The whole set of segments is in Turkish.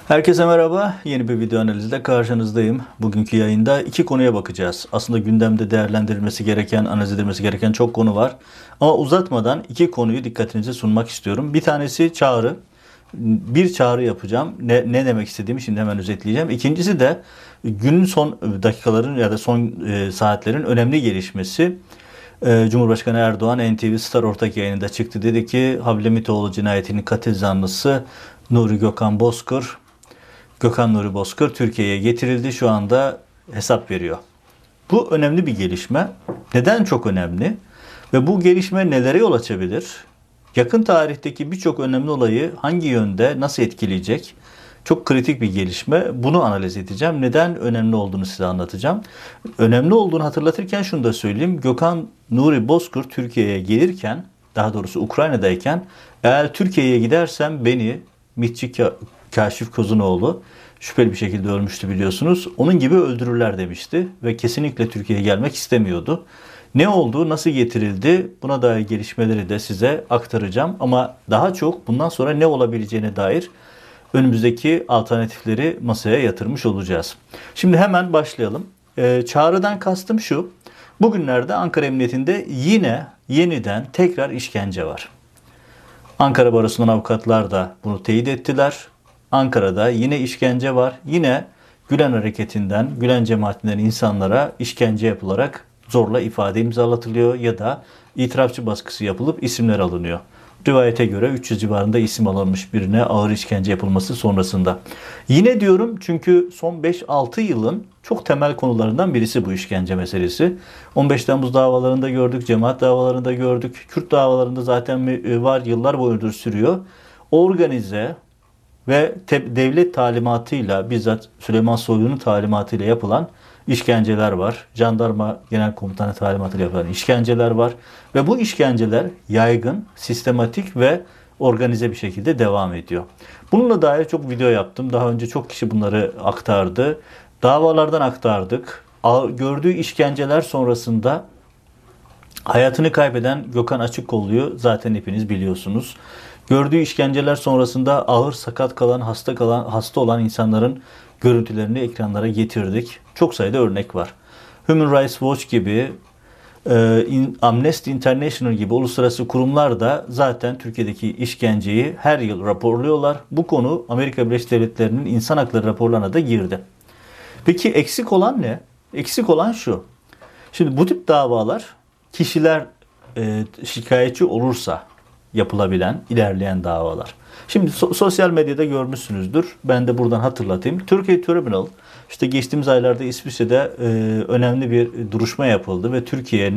Herkese merhaba. Yeni bir video analizde karşınızdayım. Bugünkü yayında iki konuya bakacağız. Aslında gündemde değerlendirilmesi gereken, analiz edilmesi gereken çok konu var. Ama uzatmadan iki konuyu dikkatinize sunmak istiyorum. Bir tanesi çağrı. Bir çağrı yapacağım. Ne demek istediğimi şimdi hemen özetleyeceğim. İkincisi de günün son dakikaların ya da son saatlerin önemli gelişmesi. Cumhurbaşkanı Erdoğan NTV Star ortak yayınında çıktı. Dedi ki Hablemitoğlu cinayetinin katil zanlısı Gökhan Nuri Bozkır Türkiye'ye getirildi. Şu anda hesap veriyor. Bu önemli bir gelişme. Neden çok önemli? Ve bu gelişme nelere yol açabilir? Yakın tarihteki birçok önemli olayı hangi yönde, nasıl etkileyecek? Çok kritik bir gelişme. Bunu analiz edeceğim. Neden önemli olduğunu size anlatacağım. Önemli olduğunu hatırlatırken şunu da söyleyeyim. Gökhan Nuri Bozkır Türkiye'ye gelirken, daha doğrusu Ukrayna'dayken, eğer Türkiye'ye gidersem beni Kaşif Kozunoğlu şüpheli bir şekilde ölmüştü biliyorsunuz. Onun gibi öldürürler demişti ve kesinlikle Türkiye'ye gelmek istemiyordu. Ne oldu, nasıl getirildi buna dair gelişmeleri de size aktaracağım. Ama daha çok bundan sonra ne olabileceğine dair önümüzdeki alternatifleri masaya yatırmış olacağız. Şimdi hemen başlayalım. Çağrıdan kastım şu. Bugünlerde Ankara Emniyetinde yeniden tekrar işkence var. Ankara Barosu'ndan avukatlar da bunu teyit ettiler. Ankara'da yine işkence var. Yine Gülen hareketinden, Gülen cemaatinden insanlara işkence yapılarak zorla ifade imzalatılıyor ya da itirafçı baskısı yapılıp isimler alınıyor. Rivayete göre 300 civarında isim alınmış birine ağır işkence yapılması sonrasında. Yine diyorum çünkü son 5-6 yılın çok temel konularından birisi bu işkence meselesi. 15 Temmuz davalarında gördük, cemaat davalarında gördük, Kürt davalarında zaten var, yıllar boyunca sürüyor. Organize ve devlet talimatıyla, bizzat Süleyman Soylu'nun talimatıyla yapılan işkenceler var. Jandarma Genel Komutanı talimatıyla yapılan işkenceler var. Ve bu işkenceler yaygın, sistematik ve organize bir şekilde devam ediyor. Bununla dair çok video yaptım. Daha önce çok kişi bunları aktardı. Davalardan aktardık. Gördüğü işkenceler sonrasında hayatını kaybeden Gökhan Açıkkollu'yu zaten hepiniz biliyorsunuz. Gördüğü işkenceler sonrasında ağır sakat kalan, hasta olan insanların görüntülerini ekranlara getirdik. Çok sayıda örnek var. Human Rights Watch gibi, Amnesty International gibi uluslararası kurumlar da zaten Türkiye'deki işkenceyi her yıl raporluyorlar. Bu konu Amerika Birleşik Devletleri'nin insan hakları raporlarına da girdi. Peki eksik olan ne? Eksik olan şu. Şimdi bu tip davalar kişiler şikayetçi olursa yapılabilen, ilerleyen davalar. Şimdi sosyal medyada görmüşsünüzdür. Ben de buradan hatırlatayım. Turkey Tribunal, işte geçtiğimiz aylarda İsviçre'de önemli bir duruşma yapıldı ve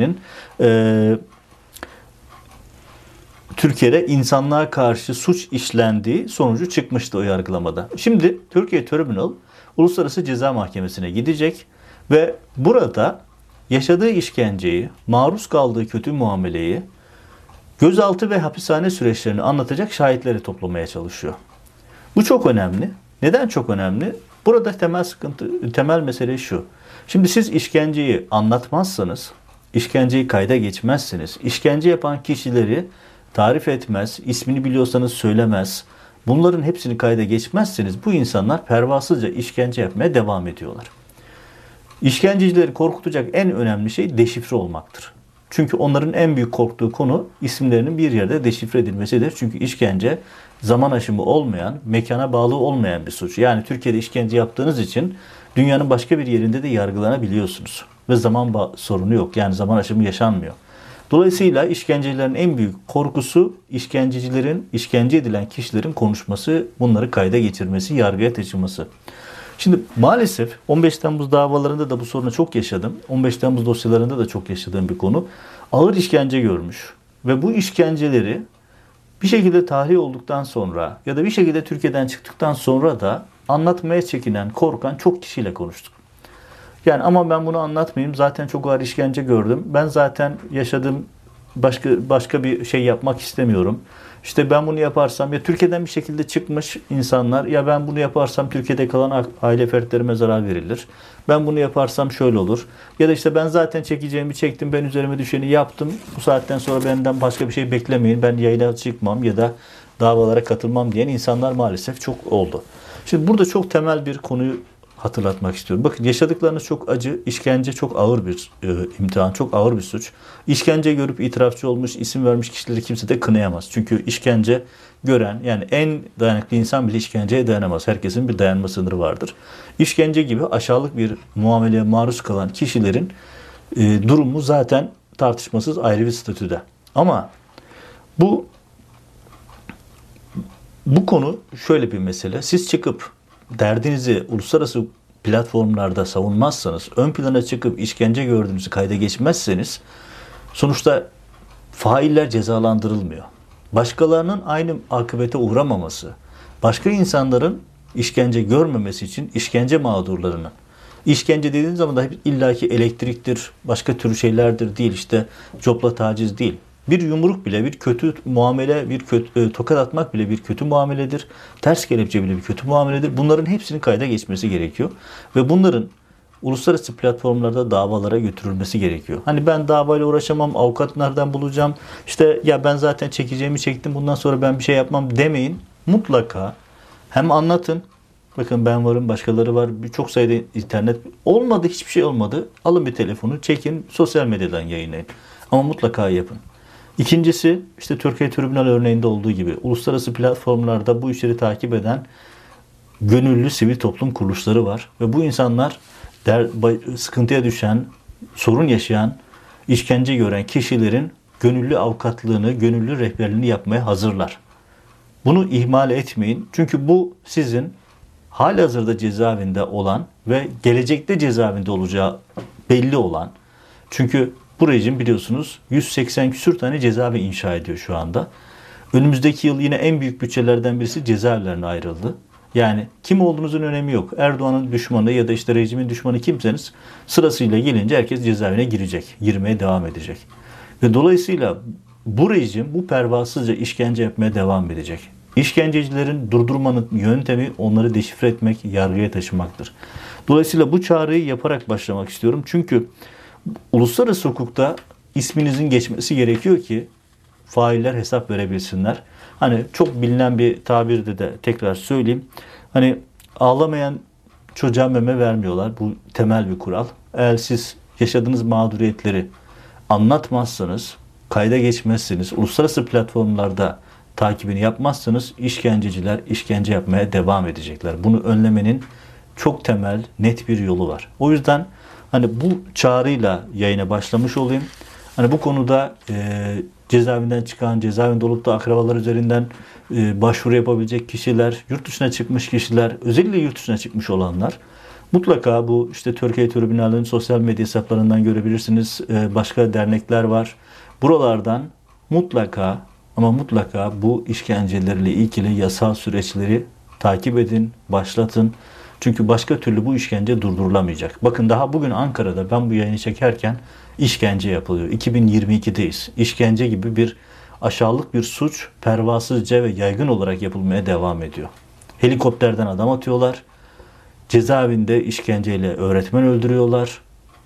Türkiye'de insanlığa karşı suç işlendiği sonucu çıkmıştı o yargılamada. Şimdi Turkey Tribunal Uluslararası Ceza Mahkemesi'ne gidecek ve burada yaşadığı işkenceyi, maruz kaldığı kötü muameleyi, gözaltı ve hapishane süreçlerini anlatacak şahitleri toplamaya çalışıyor. Bu çok önemli. Neden çok önemli? Burada temel mesele şu. Şimdi siz işkenceyi anlatmazsanız, işkenceyi kayda geçmezsiniz, işkence yapan kişileri tarif etmez, ismini biliyorsanız söylemez, bunların hepsini kayda geçmezseniz bu insanlar pervasızca işkence yapmaya devam ediyorlar. İşkencecileri korkutacak en önemli şey deşifre olmaktır. Çünkü onların en büyük korktuğu konu isimlerinin bir yerde deşifre edilmesidir. Çünkü işkence zaman aşımı olmayan, mekana bağlı olmayan bir suç. Yani Türkiye'de işkence yaptığınız için dünyanın başka bir yerinde de yargılanabiliyorsunuz. Ve zaman sorunu yok. Yani zaman aşımı yaşanmıyor. Dolayısıyla işkencecilerin en büyük korkusu işkencecilerin, işkence edilen kişilerin konuşması, bunları kayda geçirmesi, yargıya taşıması. Şimdi maalesef 15 Temmuz davalarında da bu sorunu çok yaşadım. 15 Temmuz dosyalarında da çok yaşadığım bir konu. Ağır işkence görmüş ve bu işkenceleri bir şekilde tahliye olduktan sonra ya da bir şekilde Türkiye'den çıktıktan sonra da anlatmaya çekinen, korkan çok kişiyle konuştuk. Yani ama ben bunu anlatmayayım. Zaten çok ağır işkence gördüm. Ben zaten yaşadığım başka bir şey yapmak istemiyorum. İşte ben bunu yaparsam ya Türkiye'den bir şekilde çıkmış insanlar ya ben bunu yaparsam Türkiye'de kalan aile fertlerime zarar verilir. Ben bunu yaparsam şöyle olur. Ya da işte ben zaten çekeceğimi çektim. Ben üzerime düşeni yaptım. Bu saatten sonra benden başka bir şey beklemeyin. Ben yayına çıkmam ya da davalara katılmam diyen insanlar maalesef çok oldu. Şimdi burada çok temel bir konuyu hatırlatmak istiyorum. Bakın, yaşadıklarınız çok acı, işkence çok ağır bir imtihan, çok ağır bir suç. İşkence görüp itirafçı olmuş, isim vermiş kişileri kimse de kınayamaz. Çünkü işkence gören, yani en dayanıklı insan bile işkenceye dayanamaz. Herkesin bir dayanma sınırı vardır. İşkence gibi aşağılık bir muameleye maruz kalan kişilerin durumu zaten tartışmasız ayrı bir statüde. Ama bu konu şöyle bir mesele. Siz çıkıp derdinizi uluslararası platformlarda savunmazsanız, ön plana çıkıp işkence gördüğünüzü kayda geçmezseniz, sonuçta failler cezalandırılmıyor. Başkalarının aynı akıbete uğramaması, başka insanların işkence görmemesi için işkence mağdurlarının, işkence dediğiniz zaman da illaki elektriktir, başka tür şeylerdir değil, işte copla taciz değil. Bir yumruk bile bir kötü muamele, bir kötü, tokat atmak bile bir kötü muameledir. Ters kelepçe bile bir kötü muameledir. Bunların hepsinin kayda geçmesi gerekiyor. Ve bunların uluslararası platformlarda davalara götürülmesi gerekiyor. Hani ben davayla uğraşamam, avukat nereden bulacağım, İşte ya ben zaten çekeceğimi çektim, bundan sonra ben bir şey yapmam demeyin. Mutlaka hem anlatın. Bakın, ben varım, başkaları var. Birçok sayıda internet olmadı, hiçbir şey olmadı. Alın bir telefonu, çekin, sosyal medyadan yayınlayın. Ama mutlaka yapın. İkincisi, işte Türkiye Tribunal örneğinde olduğu gibi uluslararası platformlarda bu işleri takip eden gönüllü sivil toplum kuruluşları var. Ve bu insanlar sıkıntıya düşen, sorun yaşayan, işkence gören kişilerin gönüllü avukatlığını, gönüllü rehberliğini yapmaya hazırlar. Bunu ihmal etmeyin. Çünkü bu sizin halihazırda cezaevinde olan ve gelecekte cezaevinde olacağı belli olan, çünkü bu rejim biliyorsunuz 180 küsür tane cezaevi inşa ediyor şu anda. Önümüzdeki yıl yine en büyük bütçelerden birisi cezaevlerine ayrıldı. Yani kim olduğunuzun önemi yok. Erdoğan'ın düşmanı ya da işte rejimin düşmanı kimseniz, sırasıyla gelince herkes cezaevine girecek. Girmeye devam edecek. Ve dolayısıyla bu rejim bu pervasızca işkence yapmaya devam edecek. İşkencecilerin durdurmanın yöntemi onları deşifre etmek, yargıya taşımaktır. Dolayısıyla bu çağrıyı yaparak başlamak istiyorum. Çünkü uluslararası hukukta isminizin geçmesi gerekiyor ki failler hesap verebilsinler. Hani çok bilinen bir tabirde de tekrar söyleyeyim. Hani ağlamayan çocuğa meme vermiyorlar. Bu temel bir kural. Eğer siz yaşadığınız mağduriyetleri anlatmazsanız, kayda geçmezseniz, uluslararası platformlarda takibini yapmazsanız işkenceciler işkence yapmaya devam edecekler. Bunu önlemenin çok temel, net bir yolu var. O yüzden hani bu çağrıyla yayına başlamış olayım. Hani bu konuda cezaevinden çıkan, cezaevinde olup da akrabalar üzerinden başvuru yapabilecek kişiler, yurt dışına çıkmış kişiler, özellikle yurt dışına çıkmış olanlar mutlaka bu işte Türkiye Tribunal'ın sosyal medya hesaplarından görebilirsiniz. Başka dernekler var. Buralardan mutlaka ama mutlaka bu işkencelerle ilgili yasal süreçleri takip edin, başlatın. Çünkü başka türlü bu işkence durdurulamayacak. Bakın, daha bugün Ankara'da ben bu yayını çekerken işkence yapılıyor. 2022'deyiz. İşkence gibi bir aşağılık bir suç pervasızca ve yaygın olarak yapılmaya devam ediyor. Helikopterden adam atıyorlar. Cezaevinde işkenceyle öğretmen öldürüyorlar.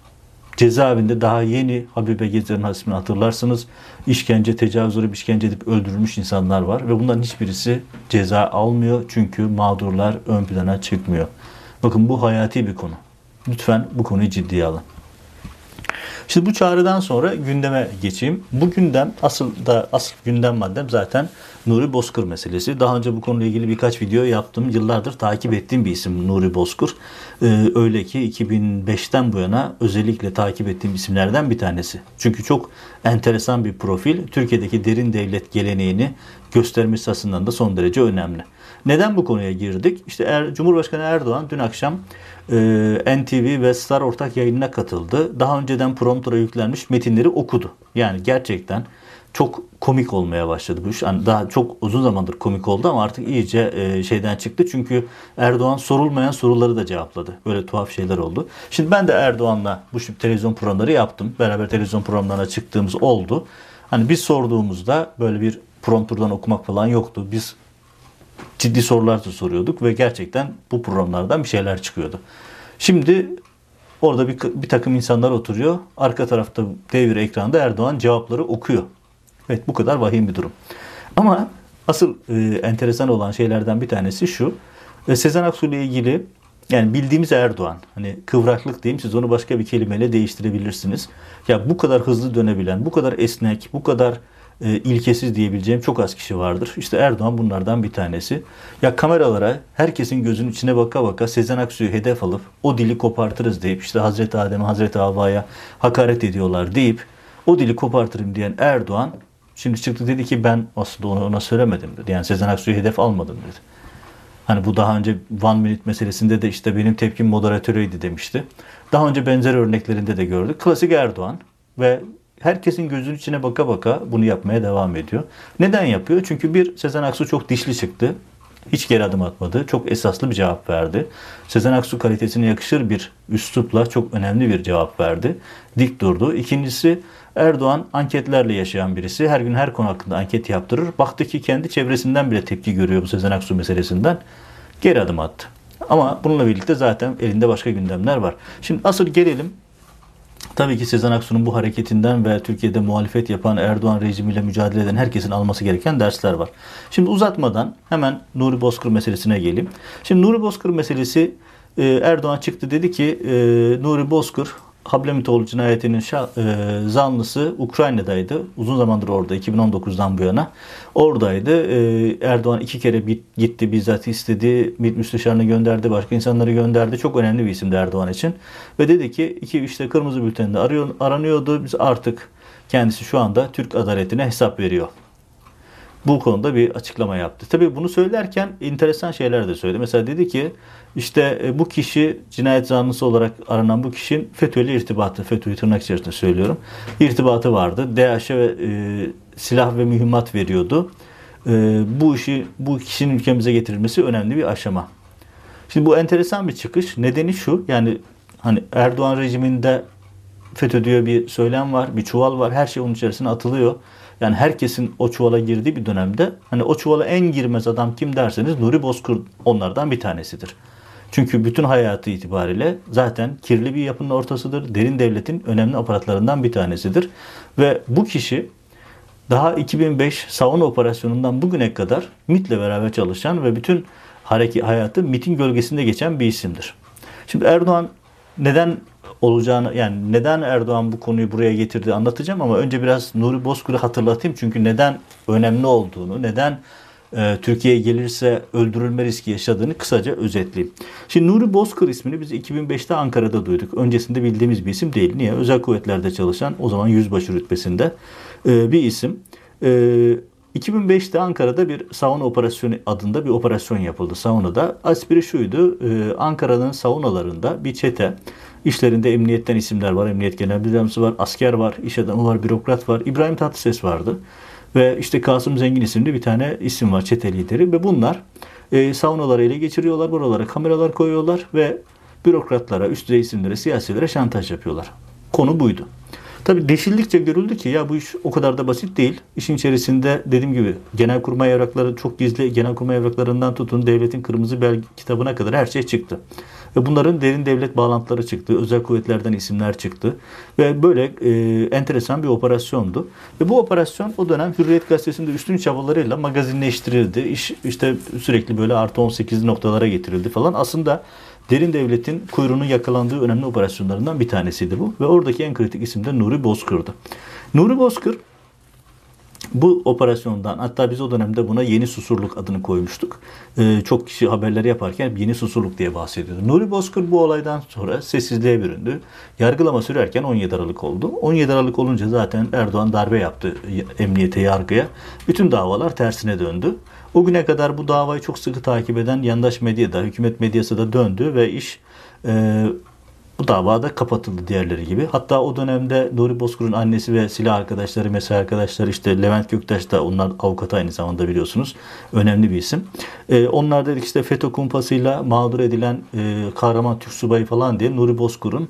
Cezaevinde daha yeni Habibe Gezer'in hadisini hatırlarsınız. İşkence, tecavüz uğrayıp işkence edip öldürülmüş insanlar var. Ve bunların hiçbirisi ceza almıyor. Çünkü mağdurlar ön plana çıkmıyor. Bakın, bu hayati bir konu. Lütfen bu konuyu ciddiye alın. Şimdi bu çağrıdan sonra gündeme geçeyim. Bu gündem asıl gündem maddem zaten Nuri Bozkır meselesi. Daha önce bu konuyla ilgili birkaç video yaptım. Yıllardır takip ettiğim bir isim Nuri Bozkır. Öyle ki 2005'ten bu yana özellikle takip ettiğim isimlerden bir tanesi. Çünkü çok enteresan bir profil. Türkiye'deki derin devlet geleneğini göstermesi açısından da son derece önemli. Neden bu konuya girdik? İşte Cumhurbaşkanı Erdoğan dün akşam NTV ve Star ortak yayınına katıldı. Daha önceden promptura yüklenmiş metinleri okudu. Yani gerçekten çok komik olmaya başladı bu iş. Yani daha çok uzun zamandır komik oldu ama artık iyice şeyden çıktı. Çünkü Erdoğan sorulmayan soruları da cevapladı. Böyle tuhaf şeyler oldu. Şimdi ben de Erdoğan'la bu televizyon programları yaptım. Beraber televizyon programlarına çıktığımız oldu. Hani biz sorduğumuzda böyle bir prompturdan okumak falan yoktu. Biz ciddi sorular da soruyorduk ve gerçekten bu programlardan bir şeyler çıkıyordu. Şimdi orada bir takım insanlar oturuyor. Arka tarafta devir ekranda Erdoğan cevapları okuyor. Evet, bu kadar vahim bir durum. Ama asıl enteresan olan şeylerden bir tanesi şu. Ve Sezen Aksu ile ilgili, yani bildiğimiz Erdoğan, hani kıvraklık diyeyim, siz onu başka bir kelimeyle değiştirebilirsiniz. Ya bu kadar hızlı dönebilen, bu kadar esnek, bu kadar ilkesiz diyebileceğim çok az kişi vardır. İşte Erdoğan bunlardan bir tanesi. Ya kameralara herkesin gözünün içine baka baka Sezen Aksu'yu hedef alıp o dili kopartırız deyip, işte Hazreti Adem'e, Hazreti Havva'ya hakaret ediyorlar deyip o dili kopartırım diyen Erdoğan şimdi çıktı dedi ki ben aslında ona söylemedim dedi. Yani Sezen Aksu'yu hedef almadım dedi. Hani bu daha önce One Minute meselesinde de işte benim tepkim moderatörüydü demişti. Daha önce benzer örneklerinde de gördük. Klasik Erdoğan ve herkesin gözünün içine baka baka bunu yapmaya devam ediyor. Neden yapıyor? Çünkü bir, Sezen Aksu çok dişli çıktı. Hiç geri adım atmadı. Çok esaslı bir cevap verdi. Sezen Aksu kalitesine yakışır bir üslupla çok önemli bir cevap verdi. Dik durdu. İkincisi, Erdoğan anketlerle yaşayan birisi. Her gün her konu hakkında anket yaptırır. Baktı ki kendi çevresinden bile tepki görüyor bu Sezen Aksu meselesinden. Geri adım attı. Ama bununla birlikte zaten elinde başka gündemler var. Şimdi asıl gelelim. Tabii ki Sezen Aksu'nun bu hareketinden ve Türkiye'de muhalefet yapan, Erdoğan rejimiyle mücadele eden herkesin alması gereken dersler var. Şimdi uzatmadan hemen Nuri Bozkır meselesine geleyim. Şimdi Nuri Bozkır meselesi, Erdoğan çıktı dedi ki Nuri Bozkır Hablemitoğlu cinayetinin zanlısı Ukrayna'daydı. Uzun zamandır orada, 2019'dan bu yana oradaydı. Erdoğan 2 kere gitti, bizzat istedi. MİT müsteşarını gönderdi, başka insanları gönderdi. Çok önemli bir isimdi Erdoğan için. Ve dedi ki işte kırmızı bültende aranıyordu. Biz artık kendisi şu anda Türk adaletine hesap veriyor. Bu konuda bir açıklama yaptı. Tabii bunu söylerken enteresan şeyler de söyledi. Mesela dedi ki işte bu kişi, cinayet zanlısı olarak aranan bu kişinin FETÖ'yle irtibatı, FETÖ'yü tırnak içerisinde söylüyorum, irtibatı vardı. DAEŞ'e silah ve mühimmat veriyordu. Bu kişinin ülkemize getirilmesi önemli bir aşama. Şimdi bu enteresan bir çıkış. Nedeni şu, yani hani Erdoğan rejiminde FETÖ diyor bir söylem var, bir çuval var. Her şey onun içerisine atılıyor. Yani herkesin o çuvala girdiği bir dönemde hani o çuvala en girmez adam kim derseniz Nuri Bozkır onlardan bir tanesidir. Çünkü bütün hayatı itibariyle zaten kirli bir yapının ortasıdır. Derin devletin önemli aparatlarından bir tanesidir. Ve bu kişi daha 2005 Savunma Operasyonu'ndan bugüne kadar MİT'le beraber çalışan ve bütün hayatı MİT'in gölgesinde geçen bir isimdir. Şimdi Erdoğan neden olacağını, yani neden Erdoğan bu konuyu buraya getirdi anlatacağım ama önce biraz Nuri Bozkır'ı hatırlatayım. Çünkü neden önemli olduğunu, neden Türkiye'ye gelirse öldürülme riski yaşadığını kısaca özetleyeyim. Şimdi Nuri Bozkır ismini biz 2005'te Ankara'da duyduk. Öncesinde bildiğimiz bir isim değil. Niye? Özel kuvvetlerde çalışan, o zaman yüzbaşı rütbesinde bir isim. 2005'te Ankara'da bir Sauna Operasyonu adında bir operasyon yapıldı Sauna'da. Aspiri şuydu, Ankara'nın saunalarında bir çete, işlerinde emniyetten isimler var, emniyet genel müdürlüğü var, asker var, iş adamı var, bürokrat var, İbrahim Tatlıses vardı. Ve işte Kasım Zengin isimli bir tane isim var, çete lideri ve bunlar saunaları ele geçiriyorlar, buralara kameralar koyuyorlar ve bürokratlara, üst düzey isimlere, siyasilere şantaj yapıyorlar. Konu buydu. Tabii deşildikçe görüldü ki ya bu iş o kadar da basit değil. İşin içerisinde dediğim gibi genelkurmay evrakları çok gizli, genelkurmay evraklarından tutun devletin kırmızı belge kitabına kadar her şey çıktı. Ve bunların derin devlet bağlantıları çıktı. Özel kuvvetlerden isimler çıktı. Ve böyle enteresan bir operasyondu. Ve bu operasyon o dönem Hürriyet Gazetesi'nde üstün çabalarıyla magazinleştirildi. İş işte sürekli böyle artı 18 noktalara getirildi falan. Aslında derin devletin kuyruğunun yakalandığı önemli operasyonlarından bir tanesiydi bu. Ve oradaki en kritik isim de Nuri Bozkır'dı. Nuri Bozkır bu operasyondan, hatta biz o dönemde buna Yeni Susurluk adını koymuştuk. Çok kişi haberleri yaparken Yeni Susurluk diye bahsediyordu. Nuri Bozkır bu olaydan sonra sessizliğe büründü. Yargılama sürerken 17 Aralık oldu. 17 Aralık olunca zaten Erdoğan darbe yaptı emniyete, yargıya. Bütün davalar tersine döndü. O güne kadar bu davayı çok sıkı takip eden yandaş medyada, hükümet medyası da döndü ve iş bu davada kapatıldı diğerleri gibi. Hatta o dönemde Nuri Bozkır'ın annesi ve silah arkadaşları, mesai arkadaşları, işte Levent Göktaş da, onlar avukat aynı zamanda biliyorsunuz. Önemli bir isim. Onlar dedik işte FETÖ kumpasıyla mağdur edilen kahraman Türk subayı falan diye Nuri Bozkır'ın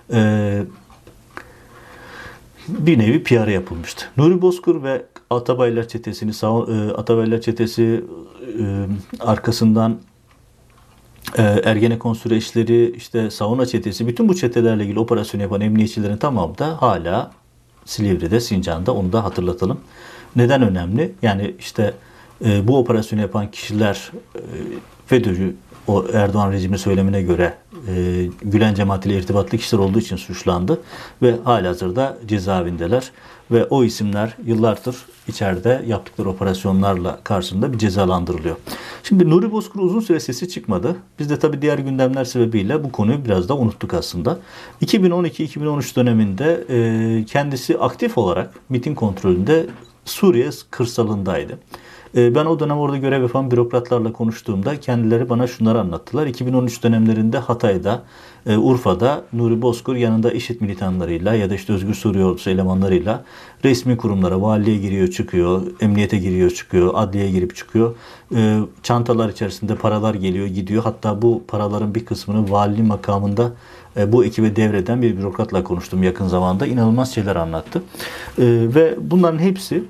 bir nevi PR'ı yapılmıştı. Nuri Bozkır ve Atabaylar Çetesi arkasından Ergenekon süreçleri, işte Sauna Çetesi, bütün bu çetelerle ilgili operasyon yapan emniyetçilerin tamamı da hala Silivri'de, Sincan'da, onu da hatırlatalım. Neden önemli? Yani işte bu operasyonu yapan kişiler FETÖ'cü o Erdoğan rejimi söylemine göre Gülen cemaatiyle irtibatlı kişiler olduğu için suçlandı ve halihazırda cezaevindeler ve o isimler yıllardır içeride yaptıkları operasyonlarla karşısında bir cezalandırılıyor. Şimdi Nuri Bozkır uzun süre sesi çıkmadı. Biz de tabii diğer gündemler sebebiyle bu konuyu biraz da unuttuk aslında. 2012-2013 döneminde kendisi aktif olarak MİT'in kontrolünde Suriye kırsalındaydı. Ben o dönem orada görev yapan bürokratlarla konuştuğumda kendileri bana şunları anlattılar. 2013 dönemlerinde Hatay'da, Urfa'da Nuri Bozkır yanında IŞİD militanlarıyla ya da işte Özgür Suriye Ordusu elemanlarıyla resmi kurumlara, valiliğe giriyor çıkıyor, emniyete giriyor çıkıyor, adliyeye girip çıkıyor. Çantalar içerisinde paralar geliyor gidiyor. Hatta bu paraların bir kısmını vali makamında bu ekibe devreden bir bürokratla konuştum yakın zamanda. İnanılmaz şeyler anlattı. Ve bunların hepsi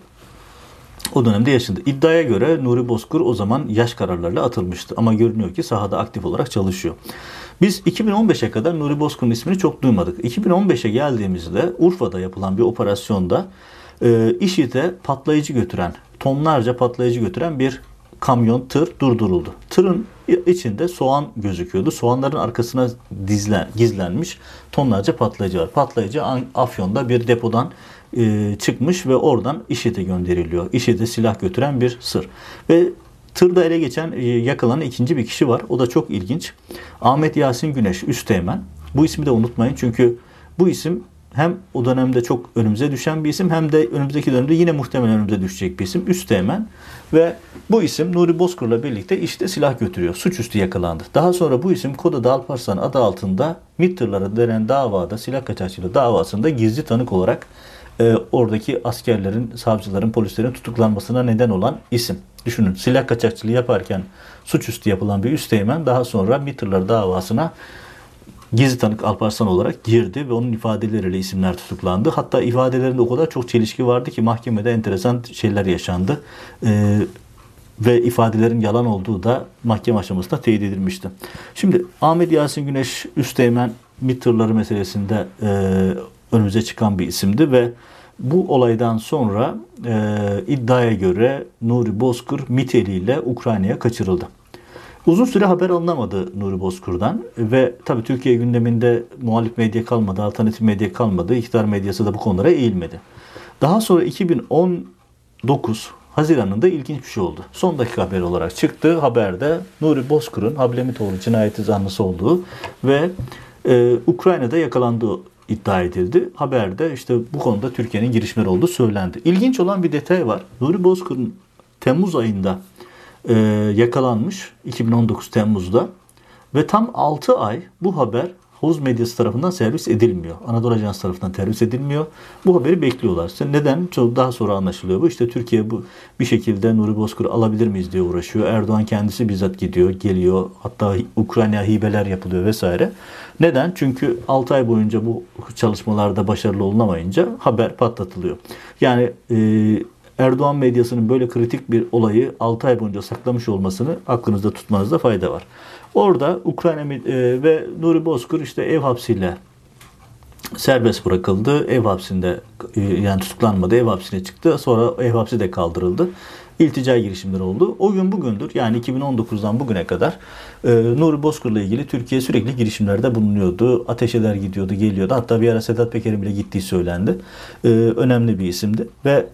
o dönemde yaşandı. İddiaya göre Nuri Bozkır o zaman yaş kararlarla atılmıştı. Ama görünüyor ki sahada aktif olarak çalışıyor. Biz 2015'e kadar Nuri Bozkır'ın ismini çok duymadık. 2015'e geldiğimizde Urfa'da yapılan bir operasyonda IŞİD'e patlayıcı götüren, tonlarca patlayıcı götüren bir kamyon, tır durduruldu. Tırın içinde soğan gözüküyordu. Soğanların arkasına gizlenmiş tonlarca patlayıcı var. Patlayıcı Afyon'da bir depodan çıkmış ve oradan IŞİD'e gönderiliyor. IŞİD'e silah götüren bir sır. Ve tırda ele geçen, yakalanan ikinci bir kişi var. O da çok ilginç. Ahmet Yasin Güneş, Üsteğmen. Bu ismi de unutmayın çünkü bu isim hem o dönemde çok önümüze düşen bir isim hem de önümüzdeki dönemde yine muhtemelen önümüze düşecek bir isim. Üsteğmen ve bu isim Nuri Bozkır'la birlikte işte silah götürüyor. Suçüstü yakalandı. Daha sonra bu isim Kod adı Alparslan adı altında MİT tırları denen davada, silah kaçakçılığı davasında gizli tanık olarak oradaki askerlerin, savcıların, polislerin tutuklanmasına neden olan isim. Düşünün, silah kaçakçılığı yaparken suçüstü yapılan bir üsteğmen daha sonra MİT tırları davasına gizli tanık Alparslan olarak girdi ve onun ifadeleriyle isimler tutuklandı. Hatta ifadelerinde o kadar çok çelişki vardı ki mahkemede enteresan şeyler yaşandı. Ve ifadelerin yalan olduğu da mahkeme aşamasında teyit edilmişti. Şimdi Ahmet Yasin Güneş, Üsteğmen MİT tırları meselesinde önümüze çıkan bir isimdi ve bu olaydan sonra iddiaya göre Nuri Bozkır MİT eliyle Ukrayna'ya kaçırıldı. Uzun süre haber alınamadı Nuri Bozkır'dan ve tabii Türkiye gündeminde muhalif medya kalmadı, alternatif medya kalmadı, iktidar medyası da bu konulara eğilmedi. Daha sonra 2019 Haziran'ında ilginç bir şey oldu. Son dakika haberi olarak çıktı. Haberde Nuri Bozkır'ın Hablemitoğlu cinayeti zanlısı olduğu ve Ukrayna'da yakalandığı iddia edildi. Haberde işte bu konuda Türkiye'nin girişimleri olduğu söylendi. İlginç olan bir detay var. Nuri Bozkır'ın Temmuz ayında yakalanmış 2019 Temmuz'da ve tam 6 ay bu haber havuz medyası tarafından servis edilmiyor. Anadolu Ajansı tarafından servis edilmiyor. Bu haberi bekliyorlar. Neden? Çok daha sonra anlaşılıyor bu. İşte Türkiye bu bir şekilde Nuri Bozkır'ı alabilir miyiz diye uğraşıyor. Erdoğan kendisi bizzat gidiyor, geliyor. Hatta Ukrayna'ya hibeler yapılıyor vesaire. Neden? Çünkü 6 ay boyunca bu çalışmalarda başarılı olunamayınca haber patlatılıyor. Yani Erdoğan medyasının böyle kritik bir olayı 6 ay boyunca saklamış olmasını aklınızda tutmanızda fayda var. Orada Ukrayna ve Nuri Bozkır işte ev hapsiyle serbest bırakıldı. Ev hapsinde yani tutuklanmadı. Ev hapsine çıktı. Sonra ev hapsi de kaldırıldı. İltica girişimleri oldu. O gün bugündür yani 2019'dan bugüne kadar Nuri Bozkır'la ilgili Türkiye sürekli girişimlerde bulunuyordu. Ateşeler gidiyordu, geliyordu. Hatta bir ara Sedat Peker'in bile gittiği söylendi. Önemli bir isimdi ve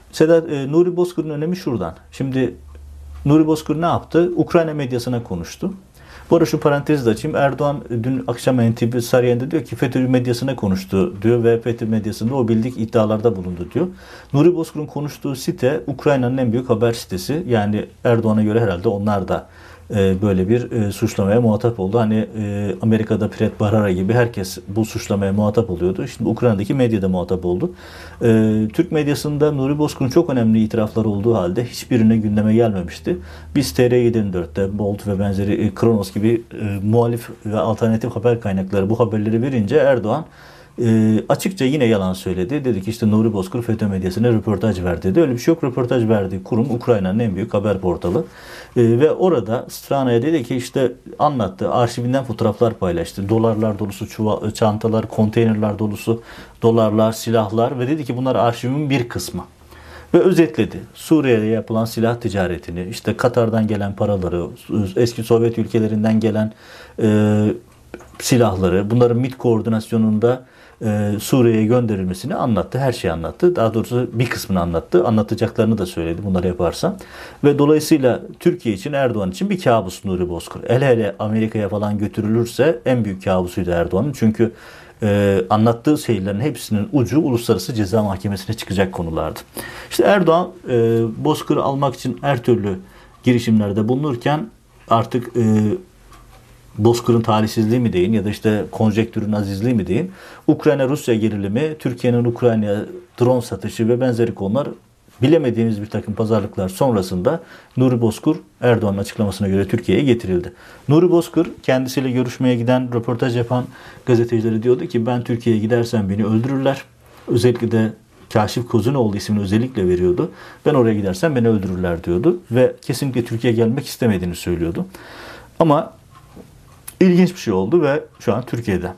Nuri Bozkır'ın önemi şuradan. Şimdi Nuri Bozkır ne yaptı? Ukrayna medyasına konuştu. Bu arada şu parantezi de açayım. Erdoğan dün akşam NTV Sarıyer'de diyor ki FETÖ medyasına konuştu diyor ve FETÖ medyasında o bildik iddialarda bulundu diyor. Nuri Bozkır'ın konuştuğu site Ukrayna'nın en büyük haber sitesi. Yani Erdoğan'a göre herhalde onlar da böyle bir suçlamaya muhatap oldu. Hani Amerika'da Piret Barara gibi herkes bu suçlamaya muhatap oluyordu. Şimdi Ukrayna'daki medya da muhatap oldu. Türk medyasında Nuri Bozkır'ın çok önemli itirafları olduğu halde hiçbirine gündeme gelmemişti. Biz TR724'te, Bolt ve benzeri Kronos gibi muhalif ve alternatif haber kaynakları bu haberleri verince Erdoğan açıkça yine yalan söyledi. Dedi ki işte Nuri Bozkır FETÖ medyasına röportaj verdi dedi. Öyle bir şey yok. Röportaj verdiği kurum Ukrayna'nın en büyük haber portalı. Ve orada Strana'ya dedi ki işte anlattı. Arşivinden fotoğraflar paylaştı. Dolarlar dolusu çantalar, konteynerler dolusu dolarlar, silahlar ve dedi ki bunlar arşivimin bir kısmı. ve özetledi. Suriye'ye yapılan silah ticaretini, işte Katar'dan gelen paraları, eski Sovyet ülkelerinden gelen silahları, bunların MİT koordinasyonunda Suriye'ye gönderilmesini anlattı. Her şeyi anlattı. Daha doğrusu bir kısmını anlattı. Anlatacaklarını da söyledi bunları yaparsa. Ve dolayısıyla Türkiye için, Erdoğan için bir kabus Nuri Bozkır. Hele hele Amerika'ya falan götürülürse en büyük kabusuydu Erdoğan'ın. Çünkü anlattığı şeylerin hepsinin ucu Uluslararası Ceza Mahkemesi'ne çıkacak konulardı. İşte Erdoğan Bozkır'ı almak için her türlü girişimlerde bulunurken artık Bozkır'ın talihsizliği mi deyin ya da işte konjektürün azizliği mi deyin, Ukrayna-Rusya gerilimi, Türkiye'nin Ukrayna'ya drone satışı ve benzeri konular, bilemediğimiz bir takım pazarlıklar sonrasında Nuri Bozkır Erdoğan'ın açıklamasına göre Türkiye'ye getirildi. Nuri Bozkır kendisiyle görüşmeye giden, röportaj yapan gazetecilere diyordu ki ben Türkiye'ye gidersem beni öldürürler. Özellikle de Kaşif Kozunoğlu ismini özellikle veriyordu. Ben oraya gidersem beni öldürürler diyordu ve kesinlikle Türkiye'ye gelmek istemediğini söylüyordu. Ama İlginç bir şey oldu ve şu an Türkiye'de.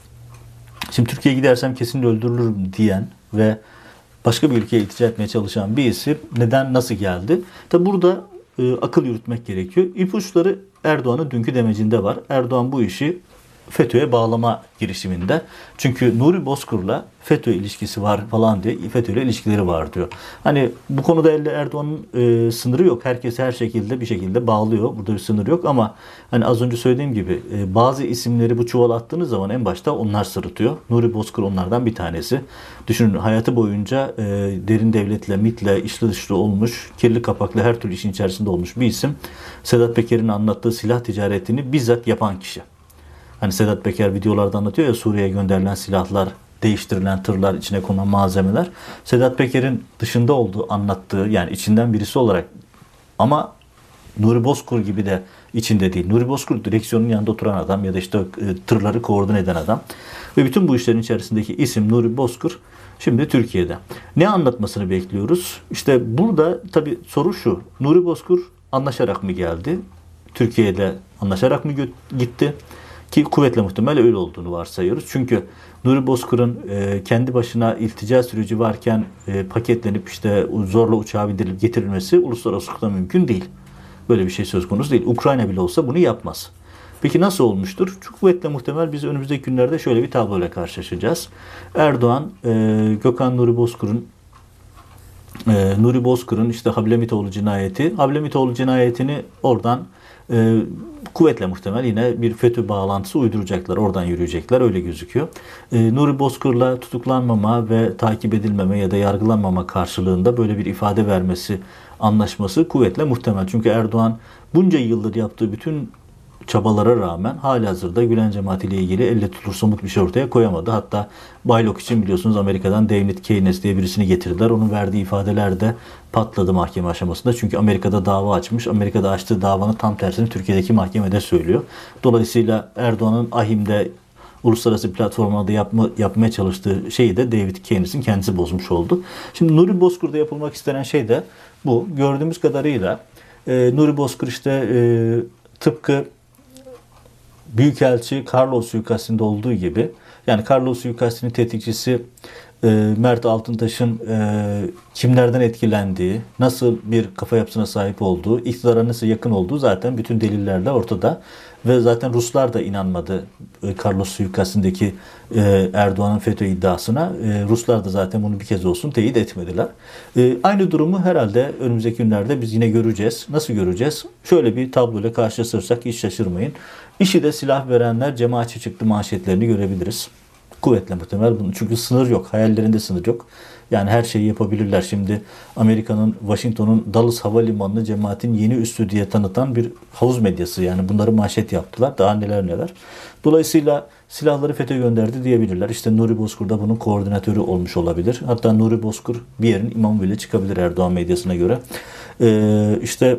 Şimdi Türkiye'ye gidersem kesin öldürülürüm diyen ve başka bir ülkeye iltica etmeye çalışan bir isim neden, nasıl geldi? Tabi burada akıl yürütmek gerekiyor. İpuçları Erdoğan'ın dünkü demecinde var. Erdoğan bu işi FETÖ'ye bağlama girişiminde. Çünkü Nuri Bozkır'la FETÖ ilişkisi var falan diye, FETÖ'yle ilişkileri var diyor. Hani bu konuda elde Erdoğan'ın sınırı yok. Herkes her şekilde bir şekilde bağlıyor. Burada bir sınır yok ama hani az önce söylediğim gibi bazı isimleri bu çuvala attığınız zaman en başta onlar sırıtıyor. Nuri Bozkır onlardan bir tanesi. Düşünün, hayatı boyunca derin devletle, MİT'le içli dışlı olmuş, kirli kapaklı her türlü işin içerisinde olmuş bir isim. Sedat Peker'in anlattığı silah ticaretini bizzat yapan kişi. Hani Sedat Peker videolarda anlatıyor ya, Suriye'ye gönderilen silahlar, değiştirilen tırlar, içine konan malzemeler. Sedat Peker'in dışında olduğu anlattığı, yani içinden birisi olarak, ama Nuri Bozkır gibi de içinde değil. Nuri Bozkır direksiyonun yanında oturan adam ya da işte tırları koordine eden adam. Ve bütün bu işlerin içerisindeki isim Nuri Bozkır şimdi Türkiye'de. Ne anlatmasını bekliyoruz? İşte burada tabii soru şu. Nuri Bozkır anlaşarak mı geldi? Türkiye'de anlaşarak mı gitti? Ki kuvvetle muhtemel öyle olduğunu varsayıyoruz. Çünkü Nuri Bozkır'ın kendi başına iltica süreci varken paketlenip işte zorla uçağa bindirilip getirilmesi uluslararası hukukta mümkün değil. Böyle bir şey söz konusu değil. Ukrayna bile olsa bunu yapmaz. Peki nasıl olmuştur? Çok kuvvetle muhtemel biz önümüzdeki günlerde şöyle bir tabloyla karşılaşacağız. Erdoğan, Gökhan Nuri Bozkır'ın işte Hablemitoğlu cinayetini oradan kuvvetle muhtemel yine bir FETÖ bağlantısı uyduracaklar. Oradan yürüyecekler. Öyle gözüküyor. Nuri Bozkır'la tutuklanmama ve takip edilmeme ya da yargılanmama karşılığında böyle bir ifade vermesi anlaşması kuvvetle muhtemel. Çünkü Erdoğan bunca yıldır yaptığı bütün çabalara rağmen halihazırda Gülen cemaati ile ilgili elle tutulur somut bir şey ortaya koyamadı. Hatta Baylock için biliyorsunuz Amerika'dan David Keynes diye birisini getirdiler. Onun verdiği ifadeler de patladı mahkeme aşamasında. Çünkü Amerika'da dava açmış. Amerika'da açtığı davanın tam tersini Türkiye'deki mahkemede söylüyor. Dolayısıyla Erdoğan'ın ahimde uluslararası platformlarda yapmaya çalıştığı şeyi de David Keynes'in kendisi bozmuş oldu. Şimdi Nuri Bozkır'da yapılmak istenen şey de bu. Gördüğümüz kadarıyla Nuri Bozkır işte tıpkı Büyükelçi Carlos suikastinde olduğu gibi, yani Carlos suikastinin tetikçisi Mert Altıntaş'ın kimlerden etkilendiği, nasıl bir kafa yapısına sahip olduğu, iktidara nasıl yakın olduğu zaten bütün delillerle ortada. Ve zaten Ruslar da inanmadı Carlos suikastindeki Erdoğan'ın FETÖ iddiasına. Ruslar da zaten bunu bir kez olsun teyit etmediler. Aynı durumu herhalde önümüzdeki günlerde biz yine göreceğiz. Nasıl göreceğiz? Şöyle bir tabloyla karşılaşırsak hiç şaşırmayın. İşi de silah verenler cemaatçi çıktı manşetlerini görebiliriz. Kuvvetle muhtemel bunu. Çünkü sınır yok. Hayallerinde sınır yok. Yani her şeyi yapabilirler. Şimdi Amerika'nın, Washington'un Dallas Havalimanı'nı cemaatin yeni üssü diye tanıtan bir havuz medyası. Yani bunları manşet yaptılar. Daha neler neler. Dolayısıyla silahları FETÖ gönderdi diyebilirler. İşte Nuri Bozkır da bunun koordinatörü olmuş olabilir. Hatta Nuri Bozkır bir yerin imamı bile çıkabilir Erdoğan medyasına göre. İşte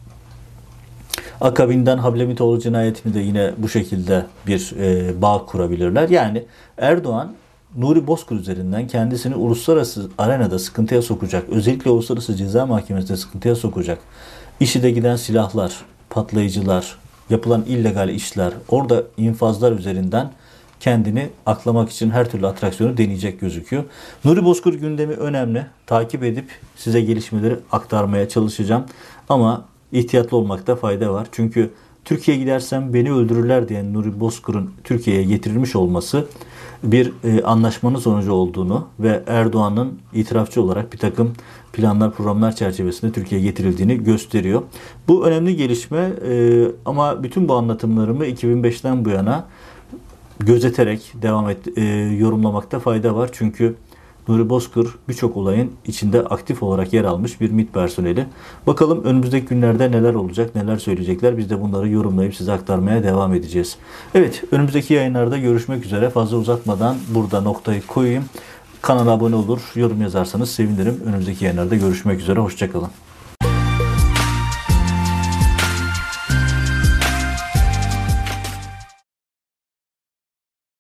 akabinden Hablemitoğlu cinayetini de yine bu şekilde bir bağ kurabilirler. Yani Erdoğan Nuri Bozkır üzerinden kendisini uluslararası arenada sıkıntıya sokacak, özellikle Uluslararası Ceza Mahkemesi'nde sıkıntıya sokacak, IŞİD'e giden silahlar, patlayıcılar, yapılan illegal işler, orada infazlar üzerinden kendini aklamak için her türlü atraksiyonu deneyecek gözüküyor. Nuri Bozkır gündemi önemli. Takip edip size gelişmeleri aktarmaya çalışacağım. Ama ihtiyatlı olmakta fayda var. Çünkü Türkiye'ye gidersem beni öldürürler diyen Nuri Bozkır'ın Türkiye'ye getirilmiş olması bir anlaşmanın sonucu olduğunu ve Erdoğan'ın itirafçı olarak bir takım planlar, programlar çerçevesinde Türkiye'ye getirildiğini gösteriyor. Bu önemli gelişme ama bütün bu anlatımlarımı 2005'ten bu yana gözeterek yorumlamakta fayda var. Çünkü Nuri Bozkır birçok olayın içinde aktif olarak yer almış bir MİT personeli. Bakalım önümüzdeki günlerde neler olacak, neler söyleyecekler. Biz de bunları yorumlayıp size aktarmaya devam edeceğiz. Evet, önümüzdeki yayınlarda görüşmek üzere. Fazla uzatmadan burada noktayı koyayım. Kanala abone olur, yorum yazarsanız sevinirim. Önümüzdeki yayınlarda görüşmek üzere. Hoşça kalın.